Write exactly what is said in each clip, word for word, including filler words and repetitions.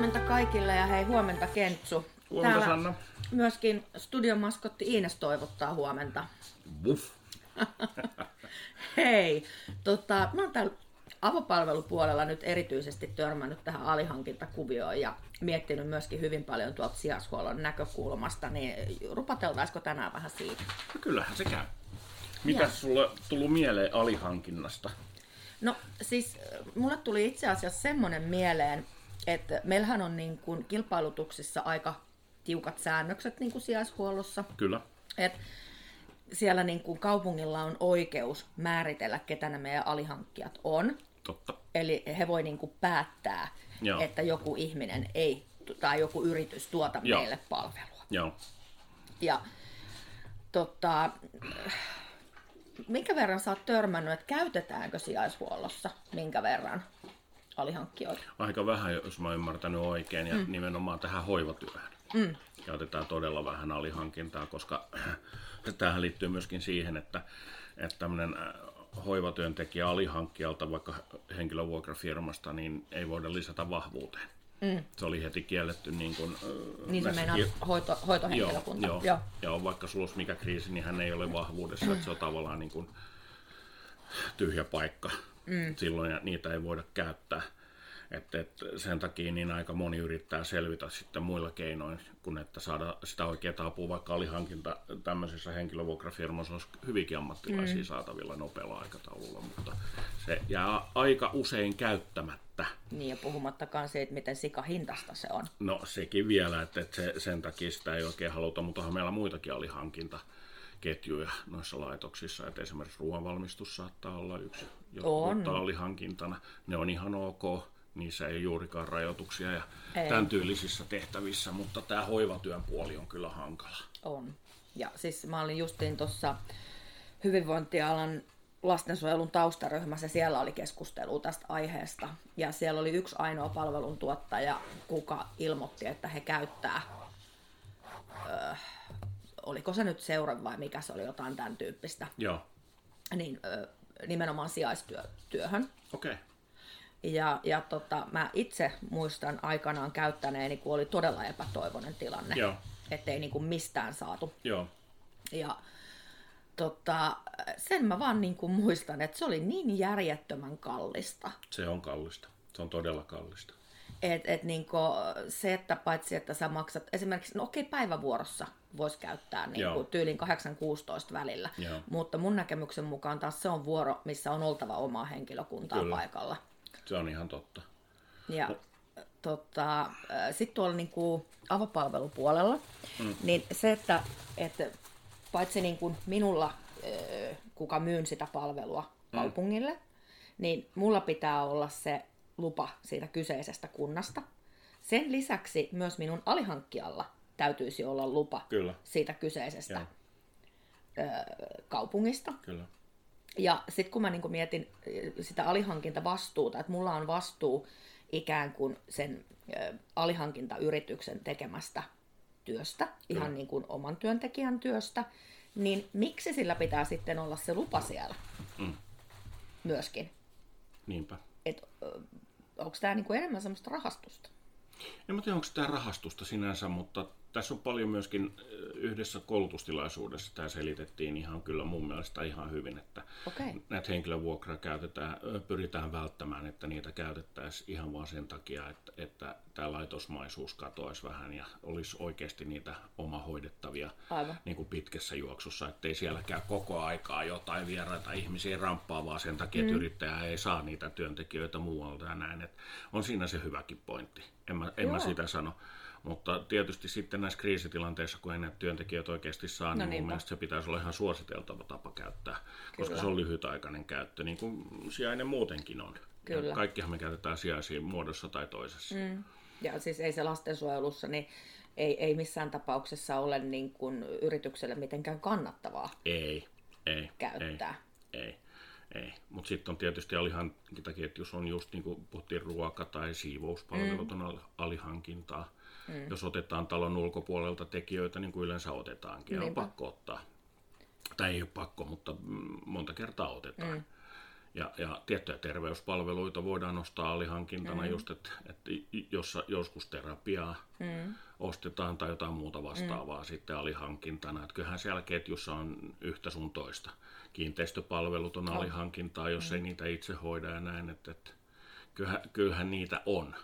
huomenta kaikille ja hei huomenta Kentsu. Huomenta Täällä Sanna. myöskin studion maskotti Iines toivottaa huomenta. Vuff. Hei, tota, mä oon täällä avopalvelupuolella nyt erityisesti törmännyt tähän alihankintakuvioon ja miettinyt myöskin hyvin paljon tuolta sijaishuollon näkökulmasta, niin rupateltaisiko tänään vähän siitä? No kyllähän se käy. Mitäs sulle tullut mieleen alihankinnasta? No siis mulle tuli itse asiassa semmoinen mieleen, että meillähän on niin kuin kilpailutuksissa aika tiukat säännökset niin kuin sijaishuollossa. Kyllä. Et siellä niin kuin kaupungilla on oikeus määritellä, ketä nämä meidän alihankkijat on. Totta. Eli he voi niin kuin päättää, Joo. että joku ihminen ei tai joku yritys tuota Joo. meille palvelua. Joo. Ja tota, minkä verran sä oot törmännyt, että käytetäänkö sijaishuollossa minkä verran alihankkijoita? Aika vähän, jos mä oon ymmärtänyt oikein, ja mm. nimenomaan tähän hoivatyöhön. Mm. Käytetään todella vähän alihankintaa, koska tämähän liittyy myöskin siihen, että, että tämmöinen hoivatyöntekijä alihankkijalta, vaikka henkilövuokrafirmasta, niin ei voida lisätä vahvuuteen. Mm. Se oli heti kielletty. Niin, kuin, niin se meinaa ki- hoito, hoitohenkilökunta. Joo, joo. Ja on vaikka sulla olisi mikä kriisi, niin hän ei ole vahvuudessa, että se on tavallaan niin kuin tyhjä paikka mm. silloin, ja niitä ei voida käyttää. Et, et sen takia niin aika moni yrittää selvitä sitten muilla keinoin, kun että saada sitä oikeaa apua, vaikka alihankinta tämmöisessä henkilövuokrafirmassa olisi hyvinkin ammattilaisia mm. saatavilla nopealla aikataululla, mutta se jää aika usein käyttämättä. Niin, ja puhumattakaan siitä, miten sikahintasta se on. No sekin vielä, että, että se, sen takia sitä ei oikein haluta, mutta onhan meillä muitakin alihankintaketjuja noissa laitoksissa, että esimerkiksi ruoanvalmistus saattaa olla yksi, joka alihankintana. Ne on ihan ok. Niissä ei ole juurikaan rajoituksia ja ei. Tämän tyylisissä tehtävissä, mutta tämä hoivatyön puoli on kyllä hankala. On. Ja siis mä olin justiin tuossa hyvinvointialan lastensuojelun taustaryhmässä, siellä oli keskustelua tästä aiheesta. Ja siellä oli yksi ainoa palveluntuottaja, kuka ilmoitti, että he käyttää, öö, oliko se nyt seura vai mikä se oli, jotain tämän tyyppistä, Joo. Niin öö, nimenomaan sijaistyöhön. Okei. Okay. Ja, ja tota, mä itse muistan aikanaan käyttäneeni, kun oli todella epätoivoinen tilanne, Joo. ettei niin kuin mistään saatu. Joo. Ja tota, sen mä vaan niin kuin muistan, että se oli niin järjettömän kallista. Se on kallista. Se on todella kallista. Et, et niin kuin se, että paitsi että sä maksat, esimerkiksi, no okei, päivävuorossa voisi käyttää niin kuin tyylin kahdeksan kuusitoista välillä, Joo. mutta mun näkemyksen mukaan taas se on vuoro, missä on oltava omaa henkilökuntaa Kyllä. paikalla. Se on ihan totta. Ja no. tota, sitten tuolla niinku avopalvelupuolella, mm. niin se, että, että paitsi niinku minulla, kuka myyn sitä palvelua mm. kaupungille, niin mulla pitää olla se lupa siitä kyseisestä kunnasta. Sen lisäksi myös minun alihankkijalla täytyisi olla lupa Kyllä. siitä kyseisestä Joo. kaupungista. Kyllä. Ja sitten kun mä niin kun mietin sitä alihankintavastuuta, että mulla on vastuu ikään kuin sen ä, alihankintayrityksen tekemästä työstä, Kyllä. ihan niin kuin oman työntekijän työstä, niin miksi sillä pitää sitten olla se lupa siellä mm. myöskin? Niinpä. Onko tämä niin kuin enemmän semmoista rahastusta? En mä tiedä, onko tämä rahastusta sinänsä, mutta tässä on paljon myöskin yhdessä koulutustilaisuudessa tämä selitettiin ihan kyllä mun mielestä ihan hyvin, että okay. näitä henkilövuokraa käytetään, pyritään välttämään, että niitä käytettäisiin ihan vaan sen takia, että, että tämä laitosmaisuus katoaisi vähän ja olisi oikeasti niitä omahoidettavia niin kuin pitkässä juoksussa, ettei siellä käy koko aikaa jotain vieraita ihmisiä ramppaa vaan sen takia, että mm. yrittäjä ei saa niitä työntekijöitä muualta ja näin. Että on siinä se hyväkin pointti, en mä, en mä sitä sano. Mutta tietysti sitten näissä kriisitilanteissa, kun ei näitä työntekijöitä oikeasti saa, no niin mun mielestä se pitäisi olla ihan suositeltava tapa käyttää, Kyllä. koska se on lyhytaikainen käyttö, niin kuin sijainen muutenkin on. Kyllä. Ja kaikkihan me käytetään sijaisia muodossa tai toisessa. Mm. Ja siis ei se lastensuojelussa, niin ei, ei missään tapauksessa ole niin kuin yritykselle mitenkään kannattavaa ei, ei, käyttää. Ei, ei. Ei, mutta sitten on tietysti alihankintaketjus on just niin kuin puhuttiin ruoka- tai siivouspalvelut on mm. alihankintaa. Mm. Jos otetaan talon ulkopuolelta tekijöitä, niin kuin yleensä otetaankin, on pakko ottaa. Tai ei ole pakko, mutta monta kertaa otetaan. Mm. Ja, ja tiettyjä terveyspalveluita voidaan ostaa alihankintana, mm. just, että, että jossa joskus terapiaa mm. ostetaan tai jotain muuta vastaavaa mm. sitten alihankintana. Että kyllähän siellä ketjussa on yhtä sun toista. Kiinteistöpalvelut on oh. alihankintaa, jos mm. ei niitä itse hoida ja näin. Että, että kyllähän, kyllähän niitä on.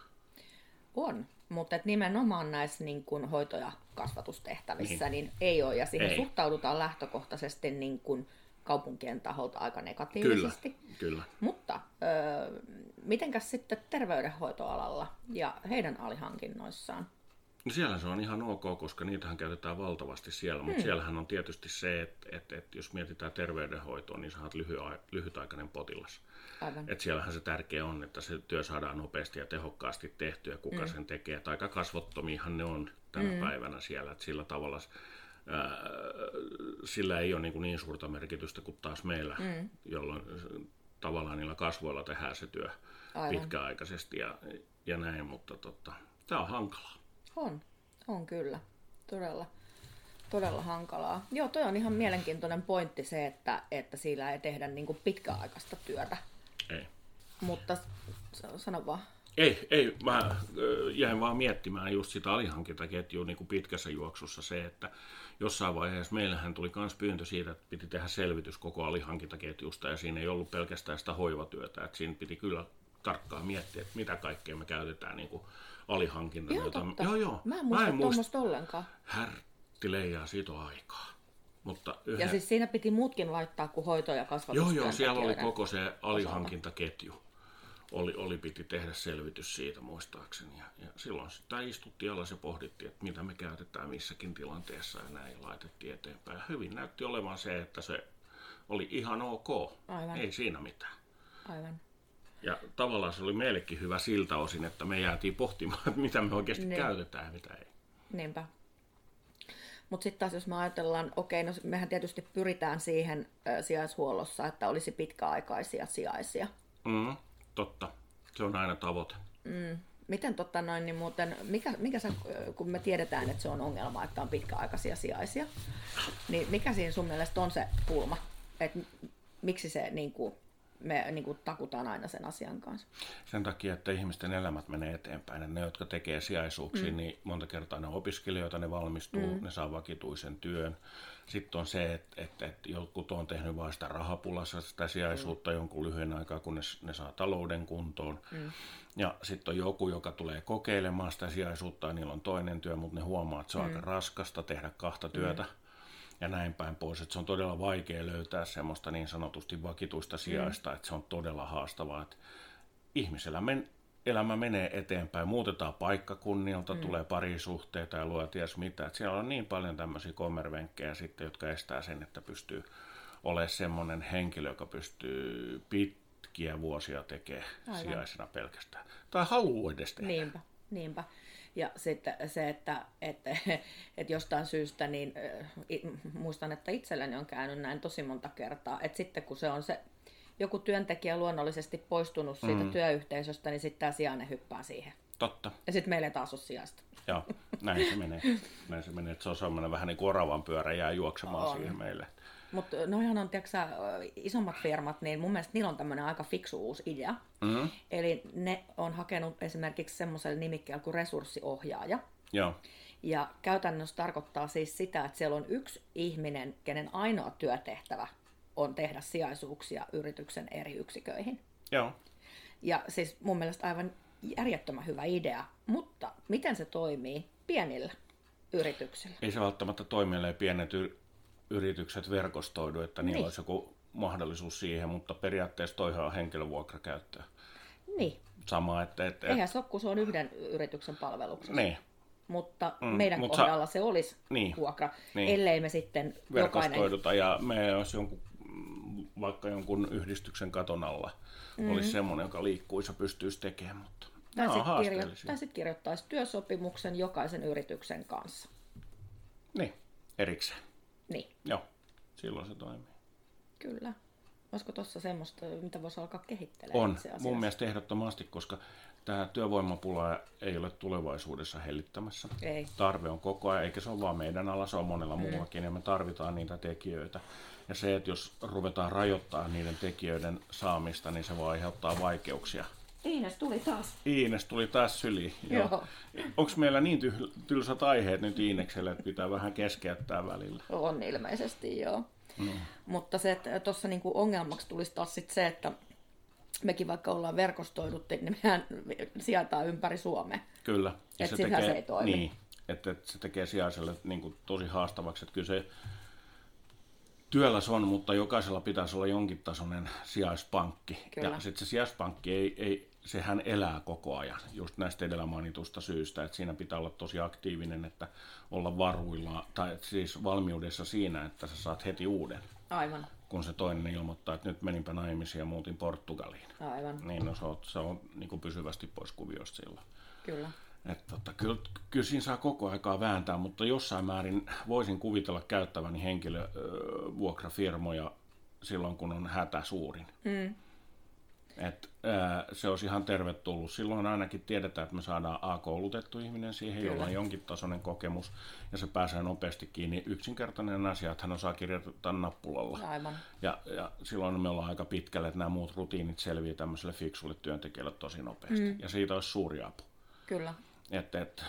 On, mutta et nimenomaan näissä niin kun hoito- ja kasvatustehtävissä niin. Niin ei ole. Ja siihen ei. Suhtaudutaan lähtökohtaisesti niin kun kaupunkien taholta aika negatiivisesti. Kyllä, kyllä. Mutta öö, mitenkäs sitten terveydenhoitoalalla ja heidän alihankinnoissaan? No siellä se on ihan ok, koska niitähän käytetään valtavasti siellä, mutta hmm. siellähän on tietysti se, että, että, että jos mietitään terveydenhoitoa, niin sä oot lyhy- lyhytaikainen potilas. Että siellähän se tärkeä on, että se työ saadaan nopeasti ja tehokkaasti tehtyä, kuka hmm. sen tekee. Että aika kasvottomiahan ne on tänä hmm. päivänä siellä, että sillä tavalla ää, sillä ei ole niin, niin suurta merkitystä kuin taas meillä, hmm. jolloin tavallaan niillä kasvoilla tehdään se työ Aivan. pitkäaikaisesti ja, ja näin, mutta tota, tämä on hankalaa. On, on kyllä. Todella, todella hankalaa. Joo, toi on ihan mielenkiintoinen pointti se, että, että siellä ei tehdä niin kuin pitkäaikaista työtä. Ei. Mutta sano vaan. Ei, ei. Mä jäin vaan miettimään just sitä alihankintaketjua niin kuin pitkässä juoksussa se, että jossain vaiheessa meillähän tuli myös pyyntö siitä, että piti tehdä selvitys koko alihankintaketjusta ja siinä ei ollut pelkästään sitä hoivatyötä, että siinä piti kyllä tarkkaan miettiä, että mitä kaikkea me käytetään niin kuin alihankinta. Joo, totta. Joo, joo. Mä en muista, Mä en muista tuommoista ollenkaan. Härtti leijaa, siitä on aikaa. Mutta yhden... Ja siis siinä piti muutkin laittaa kuin hoito- ja kasvatustyöntekijöiden. Joo, joo, siellä oli koko se alihankintaketju. Oli, oli piti tehdä selvitys siitä muistaakseni. Ja, ja silloin sitä istuttiin alas ja pohdittiin, että mitä me käytetään missäkin tilanteessa ja näin laitettiin eteenpäin. Ja hyvin näytti olevan se, että se oli ihan ok. Aivan. Ei siinä mitään. Aivan. Ja tavallaan se oli meillekin hyvä siltä osin, että me jäätiin pohtimaan, että mitä me oikeasti ne. käytetään ja mitä ei. Niinpä. Mutta sitten taas jos me ajatellaan, okei, no mehän tietysti pyritään siihen ö, sijaishuollossa, että olisi pitkäaikaisia sijaisia. Mm, totta. Se on aina tavoite. Mm. Miten totta noin, niin muuten, mikä, mikä sä, kun me tiedetään, että se on ongelma, että on pitkäaikaisia sijaisia, niin mikä siinä sun mielestä on se pulma? Että miksi se niin kuin, me niin kuin takutaan aina sen asian kanssa? Sen takia, että ihmisten elämät menee eteenpäin. Ja ne, jotka tekee sijaisuuksia, mm. niin monta kertaa ne opiskelijoita, ne valmistuu, mm. ne saa vakituisen työn. Sitten on se, että, että, että jotkut on tehnyt vain sitä rahapulassa sitä sijaisuutta mm. jonkun lyhyen aikaa, kunnes ne saa talouden kuntoon. Mm. Ja sitten on joku, joka tulee kokeilemaan sitä sijaisuutta ja niillä on toinen työ, mutta ne huomaa, että se on mm. aika raskasta tehdä kahta työtä. Mm. Ja näin päin pois, että se on todella vaikea löytää semmoista niin sanotusti vakituista sijaista, mm. että se on todella haastavaa, että ihmisellä men, elämä menee eteenpäin, muutetaan paikkakunnilta, mm. tulee parisuhteita ja luo ties mitä, että siellä on niin paljon tämmöisiä kommervenkkejä sitten, jotka estää sen, että pystyy olemaan semmoinen henkilö, joka pystyy pitkiä vuosia tekemään Aivan. sijaisena pelkästään, tai haluaa edes tehdä. Niinpä, niinpä. Ja sitten se, että, että, että jostain syystä, niin muistan, että itselleni on käynyt näin tosi monta kertaa, että sitten kun se on se joku työntekijä luonnollisesti poistunut siitä mm. työyhteisöstä, niin sitten tämä sijainen hyppää siihen. Totta. Ja sitten meillä ei taas ole sijaista. Joo, näin se menee. Näin se menee, että se on semmoinen vähän niin kuin oravan pyörä jää juoksemaan on. siihen meille. Mutta noihan on, tiedätkö, isommat firmat, niin mun mielestä niillä on tämmöinen aika fiksu uusi idea. Mm-hmm. Eli ne on hakenut esimerkiksi semmoiselle nimikkeelle kuin resurssiohjaaja. Joo. Ja käytännössä tarkoittaa siis sitä, että siellä on yksi ihminen, kenen ainoa työtehtävä on tehdä sijaisuuksia yrityksen eri yksiköihin. Joo. Ja siis mun mielestä aivan järjettömän hyvä idea, mutta miten se toimii pienillä yrityksillä? Ei se välttämättä toimi, ellei pienet y- yritykset verkostoidu, että niillä niin. olisi joku mahdollisuus siihen, mutta periaatteessa toihan on henkilövuokrakäyttöä. Niin. Sama, että... että Eihän se ole, kun se on yhden yrityksen palveluksessa. Niin. Mutta mm, meidän mutta kohdalla sa- se olisi niin. vuokra, niin. ellei me sitten verkostoiduta jokainen... ja me olisi jonkun, vaikka jonkun yhdistyksen katon alla mm-hmm. olisi semmoinen, joka liikkuisi ja pystyisi tekemään, mutta tai sitten kirjo- sit kirjoittaisi työsopimuksen jokaisen yrityksen kanssa. Niin, erikseen. Niin. Joo, silloin se toimii. Kyllä. Olisiko tuossa semmoista, mitä voisi alkaa kehittelemään? On, mun mielestä ehdottomasti, koska tämä työvoimapula ei ole tulevaisuudessa hellittämässä. Ei. Tarve on koko ajan, eikä se ole vaan meidän ala, se on monella mm. muullakin, ja me tarvitaan niitä tekijöitä. Ja se, että jos ruvetaan rajoittaa niiden tekijöiden saamista, niin se voi aiheuttaa vaikeuksia. Iines tuli taas. Iines tuli taas syliin. Joo. Onko meillä niin tyh- tylsät aiheet nyt Iinekselle, että pitää vähän keskeyttää välillä? On ilmeisesti, joo. Mm. Mutta se, että tuossa niinku ongelmaksi tulisi taas sit se, että mekin vaikka ollaan verkostoiduttu, niin mehän sijataan ympäri Suomea. Kyllä. Että se, tekee, se ei toimi. Niin, että, että se tekee sijaiselle niin kuin tosi haastavaksi. Että kyllä se työläs on, mutta jokaisella pitäisi olla jonkin tasoinen sijaispankki. Kyllä. Ja sitten se sijaispankki, ei, ei, sehän elää koko ajan, just näistä edellä mainitusta syystä, että siinä pitää olla tosi aktiivinen, että olla varuilla, tai siis valmiudessa siinä, että sä saat heti uuden. Aivan. Kun se toinen ilmoittaa, että nyt meninpä naimisiin ja muutin Portugaliin. Aivan. Niin no, se on, se on niin kuin pysyvästi pois kuviosta silloin. Kyllä. Että, tota, kyllä, kyllä siinä saa koko aikaa vääntää, mutta jossain määrin voisin kuvitella käyttäväni henkilövuokrafirmoja silloin, kun on hätä suurin. Mm. Et, ää, se olisi ihan tervetullut. Silloin ainakin tiedetään, että me saadaan A-koulutettu ihminen siihen, jolla on jonkin tasoinen kokemus, ja se pääsee nopeasti kiinni. Yksinkertainen asia, että hän osaa kirjoittaa nappulalla. Aivan. Ja, ja silloin me ollaan aika pitkälle, että nämä muut rutiinit selviää tämmöiselle fiksulle työntekijälle tosi nopeasti. Mm. Ja siitä olisi suuri apu. Kyllä. Että, että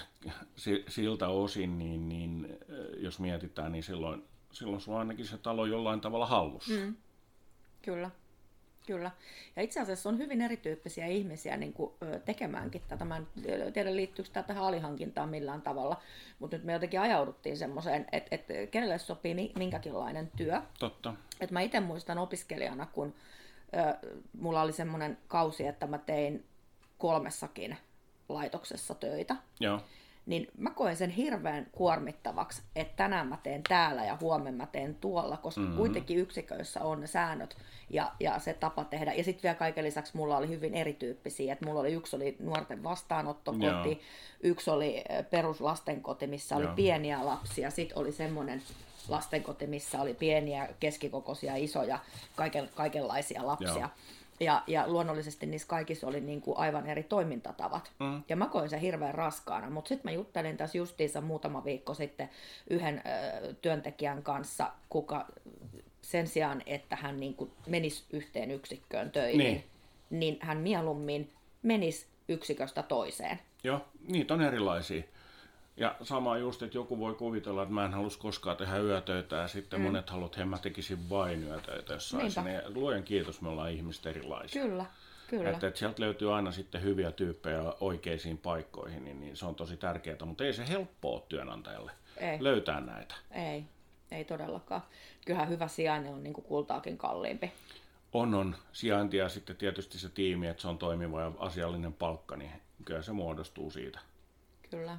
siltä osin, niin, niin jos mietitään, niin silloin, silloin sulla on ainakin se talo jollain tavalla hallussa. Mm. Kyllä. Kyllä. Ja itse asiassa on hyvin erityyppisiä ihmisiä niin kuin, tekemäänkin tätä. Mä en tiedä, liittyykö tämä tähän alihankintaan millään tavalla, mutta nyt me jotenkin ajauduttiin semmoiseen, että, että kenelle sopii minkäkinlainen työ. Totta. Että mä itse muistan opiskelijana, kun ö, mulla oli semmoinen kausi, että mä tein kolmessakin laitoksessa töitä. Joo. Niin mä koen sen hirveän kuormittavaksi, että tänään mä teen täällä ja huomenna mä teen tuolla, koska mm-hmm. kuitenkin yksiköissä on ne säännöt ja, ja se tapa tehdä. Ja sitten vielä kaiken lisäksi mulla oli hyvin erityyppisiä, että mulla oli yksi oli nuorten vastaanottokoti, Joo. yksi oli peruslastenkoti, missä oli Joo. pieniä lapsia, sitten oli semmoinen lastenkoti, missä oli pieniä, keskikokoisia, isoja, kaiken, kaikenlaisia lapsia. Joo. Ja, ja luonnollisesti niissä kaikissa oli niin kuin aivan eri toimintatavat. Mm. Ja mä koin sen hirveän raskaana. Mutta sitten mä juttelin tässä justiinsa muutama viikko sitten yhden ö, työntekijän kanssa, kuka sen sijaan, että hän niin kuin menisi yhteen yksikköön töihin, niin. niin hän mieluummin menisi yksiköstä toiseen. Joo, niitä on erilaisia. Ja sama just, että joku voi kuvitella, että mä en halus koskaan tehdä yötöitä, ja sitten mm. monet haluat, että mä tekisin vain yötöitä, jos saisin. Ja luojan kiitos, me ollaan ihmiset erilaisia. Kyllä, kyllä. Että, että sieltä löytyy aina sitten hyviä tyyppejä oikeisiin paikkoihin, niin, niin se on tosi tärkeää, mutta ei se helppoa ole työnantajalle ei. löytää näitä. Ei, ei todellakaan. Kyllähän hyvä sijainen on niin kuin kultaakin kalliimpi. On, on. Sijainti ja sitten tietysti se tiimi, että se on toimiva ja asiallinen palkka, niin kyllä se muodostuu siitä. Kyllä.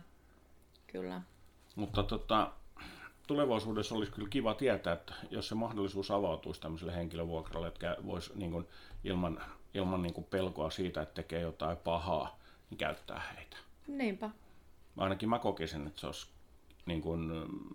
Kyllä. Mutta tota, tulevaisuudessa olisi kyllä kiva tietää, että jos se mahdollisuus avautuisi tämmöiselle henkilövuokralle, että voisi niin kuin, ilman, ilman niin kuin pelkoa siitä, että tekee jotain pahaa, niin käyttää heitä. Niinpä. Ainakin mä kokisin, että se olisi niin kuin,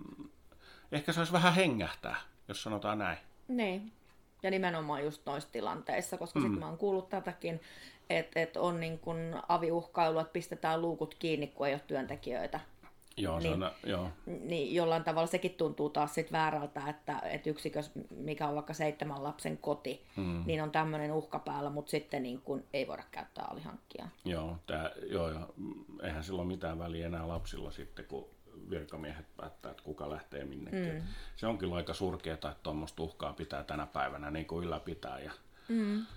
ehkä se olisi vähän hengähtää, jos sanotaan näin. Niin. Ja nimenomaan just noissa tilanteissa, koska mm. sitten mä oon kuullut tätäkin, että et on niin kuin aviuhkailu, että pistetään luukut kiinni, kun ei ole työntekijöitä. Joo, niin, on, joo. niin jollain tavalla sekin tuntuu taas sit väärältä, että, että yksikös, mikä on vaikka seitsemän lapsen koti, mm. niin on tämmöinen uhka päällä, mutta sitten niin kun ei voida käyttää alihankkia. Joo, tää, joo, ja eihän silloin mitään väliä enää lapsilla sitten, kun virkamiehet päättää, että kuka lähtee minnekin. Mm. Se on kyllä aika surkeaa, että tuommoista uhkaa pitää tänä päivänä niin kuin ylläpitää ja mm.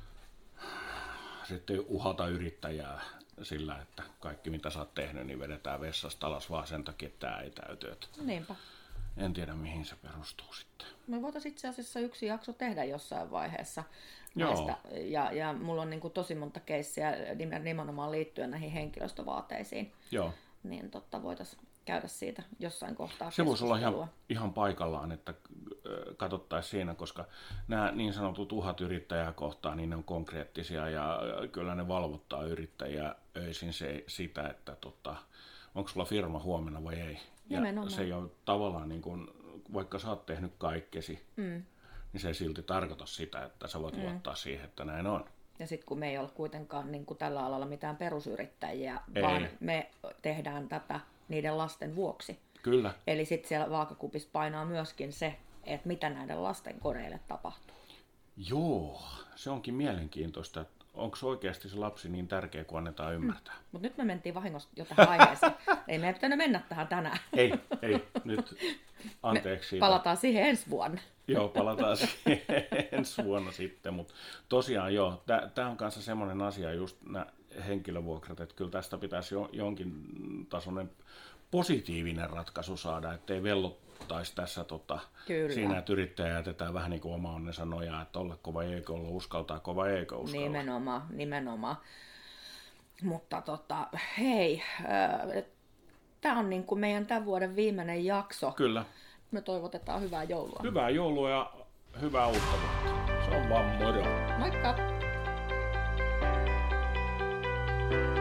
sitten uhata yrittäjää sillä, että kaikki mitä sä oot tehnyt, niin vedetään vessasta alas vaan sen takia, että tää ei täyty. Niinpä. En tiedä, mihin se perustuu sitten. Me voitaisiin itse asiassa yksi jakso tehdä jossain vaiheessa näistä. Ja, ja mulla on niin kuin tosi monta keissiä nimenomaan liittyen näihin henkilöstövaateisiin. Joo. Niin totta voitaisiin käydä siitä jossain kohtaa. Se voisi olla ihan, ihan paikallaan, että katsottaisiin siinä, koska nämä niin sanotut uhat yrittäjää kohtaan, niin ne on konkreettisia ja kyllä ne valvottaa yrittäjiä öisin se, sitä, että tota, onko sulla firma huomenna vai ei. Ja se ei ole tavallaan, niin kuin, vaikka sä oot tehnyt kaikkesi, mm. niin se ei silti tarkoita sitä, että sä voit mm. luottaa siihen, että näin on. Ja sitten kun me ei ole kuitenkaan niin kuin tällä alalla mitään perusyrittäjiä, ei. vaan me tehdään tätä niiden lasten vuoksi. Kyllä. Eli sitten siellä vaakakupissa painaa myöskin se, että mitä näiden lasten koneille tapahtuu. Joo, se onkin mielenkiintoista. Onko oikeasti se lapsi niin tärkeä, kun annetaan ymmärtää? Mm. Mutta nyt me mentiin vahingossa jo tähän aiheeseen. Ei meidän pitänyt mennä tähän tänään. Ei, ei. Nyt anteeksi siitä. Palataan siihen ensi vuonna. Joo, palataan siihen ensi vuonna sitten. Mutta tosiaan joo, tämä on kanssa semmoinen asia, just nämä henkilövuokrat, että kyllä tästä pitäisi jo, jonkin tasoinen positiivinen ratkaisu saada, ettei vellottaisi tässä tota, siinä, että yrittäjä jätetään vähän niin kuin oma onnensa nojaa, että ollako vai eikö olla, uskaltaako vai eikö uskalla. Nimenomaan, nimenomaan. Mutta tota, hei, äh, tämä on niin kuin meidän tämän vuoden viimeinen jakso. Kyllä. Me toivotetaan hyvää joulua. Hyvää joulua ja hyvää uutta vuotta. Se on vaan moro. Moikka!